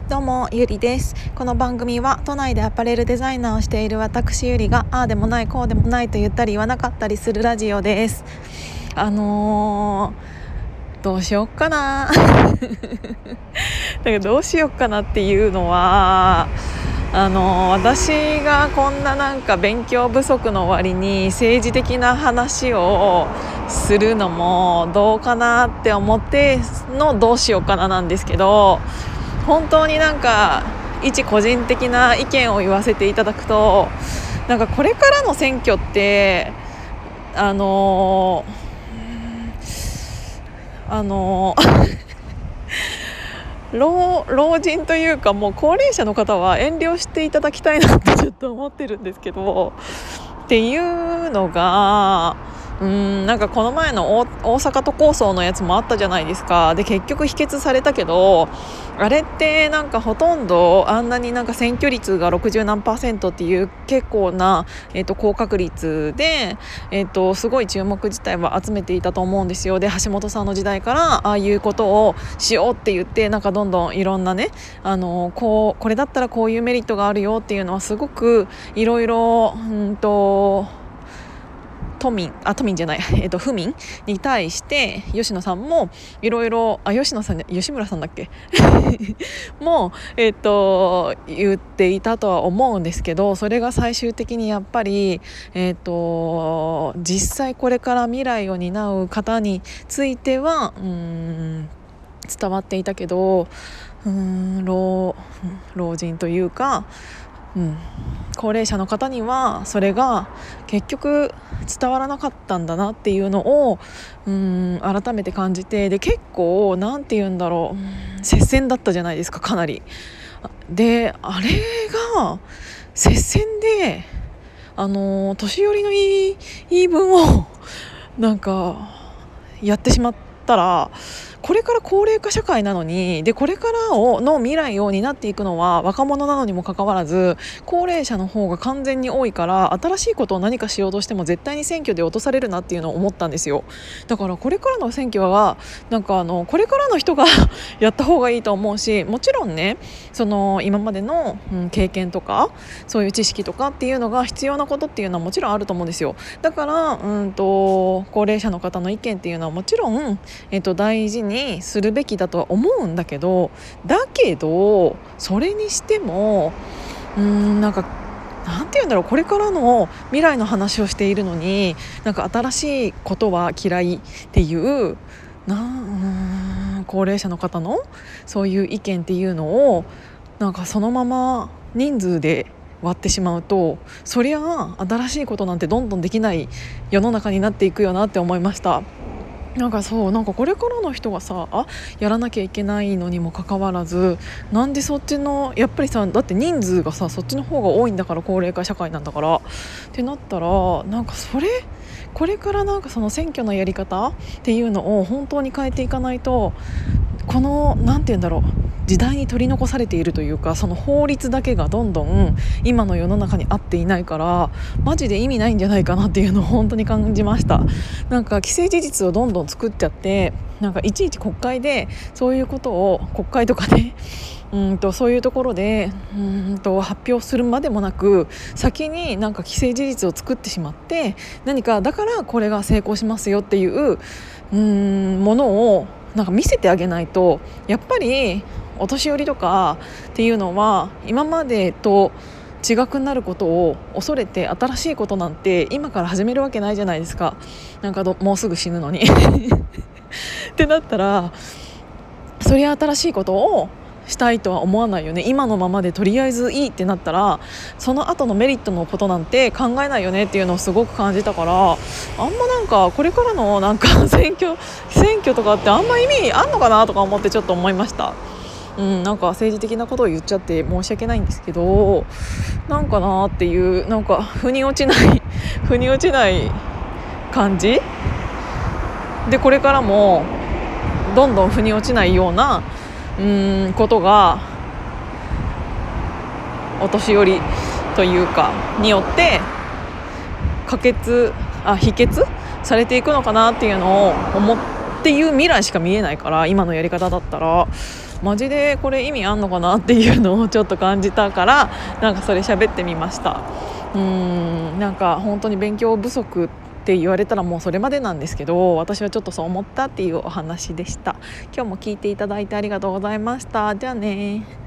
どうもゆりです。この番組は都内でアパレルデザイナーをしている私ゆりがああでもないこうでもないと言ったり言わなかったりするラジオです。どうしよっかなどうしよっかなっていうのは私がこんな勉強不足の割に政治的な話をするのもどうかなって思ってのどうしようかななんですけど、本当に一個人的な意見を言わせていただくと、これからの選挙って老人というかもう高齢者の方は遠慮していただきたいなってちょっと思ってるんですけど、っていうのがこの前の大阪都構想のやつもあったじゃないですか。で結局否決されたけど、あれってほとんどあんなに選挙率が60何%っていう結構な、高確率で、すごい注目自体は集めていたと思うんですよ。で橋本さんの時代からああいうことをしようって言ってどんどんいろんなねこれだったらこういうメリットがあるよっていうのはすごくいろいろ府民に対して吉野さんもいろいろ吉村さんだっけも言っていたとは思うんですけど、それが最終的にやっぱり実際これから未来を担う方については伝わっていたけど老人というか高齢者の方にはそれが結局伝わらなかったんだなっていうのを改めて感じて、で結構接戦だったじゃないですか、かなり。であれが接戦で年寄りの言い分をやってしまったら、これから高齢化社会なのに、でこれからの未来を担っていくのは若者なのにもかかわらず高齢者の方が完全に多いから、新しいことを何かしようとしても絶対に選挙で落とされるなっていうのを思ったんですよ。だからこれからの選挙はこれからの人がやった方がいいと思うし、もちろんね今までの、経験とかそういう知識とかっていうのが必要なことっていうのはもちろんあると思うんですよ。だから高齢者の方の意見っていうのはもちろん、大事にするべきだとは思うんだけど、それにしてもこれからの未来の話をしているのに新しいことは嫌いっていう高齢者の方のそういう意見っていうのをそのまま人数で割ってしまうと、そりゃ新しいことなんてどんどんできない世の中になっていくよなって思いました。これからの人がやらなきゃいけないのにもかかわらず、なんでそっちのやっぱりだって人数がそっちの方が多いんだから、高齢化社会なんだからってなったらこれからその選挙のやり方っていうのを本当に変えていかないと、この時代に取り残されているというか、その法律だけがどんどん今の世の中に合っていないからマジで意味ないんじゃないかなっていうのを本当に感じました。既成事実をどんどん作っちゃっていちいち国会でそういうことを国会とかでそういうところで発表するまでもなく、先に既成事実を作ってしまって、だからこれが成功しますよっていうものを見せてあげないと、やっぱりお年寄りとかっていうのは今までと違くなることを恐れて新しいことなんて今から始めるわけないじゃないですか。もうすぐ死ぬのにってなったら、そりゃ新しいことをしたいとは思わないよね。今のままでとりあえずいいってなったら、その後のメリットのことなんて考えないよねっていうのをすごく感じたから、あんまこれからの選挙とかってあんま意味あんのかなとか思ってちょっと思いました。政治的なことを言っちゃって申し訳ないんですけど、なっていう腑に落ちない感じで、これからもどんどん腑に落ちないようなことがお年寄りというかによって否決されていくのかなっていうのをっていう未来しか見えないから、今のやり方だったらマジでこれ意味あんのかなっていうのをちょっと感じたから、なんかそれ喋ってみました。なんか本当に勉強不足って言われたらもうそれまでなんですけど、私はちょっとそう思ったっていうお話でした。今日も聞いていただいてありがとうございました。じゃあね。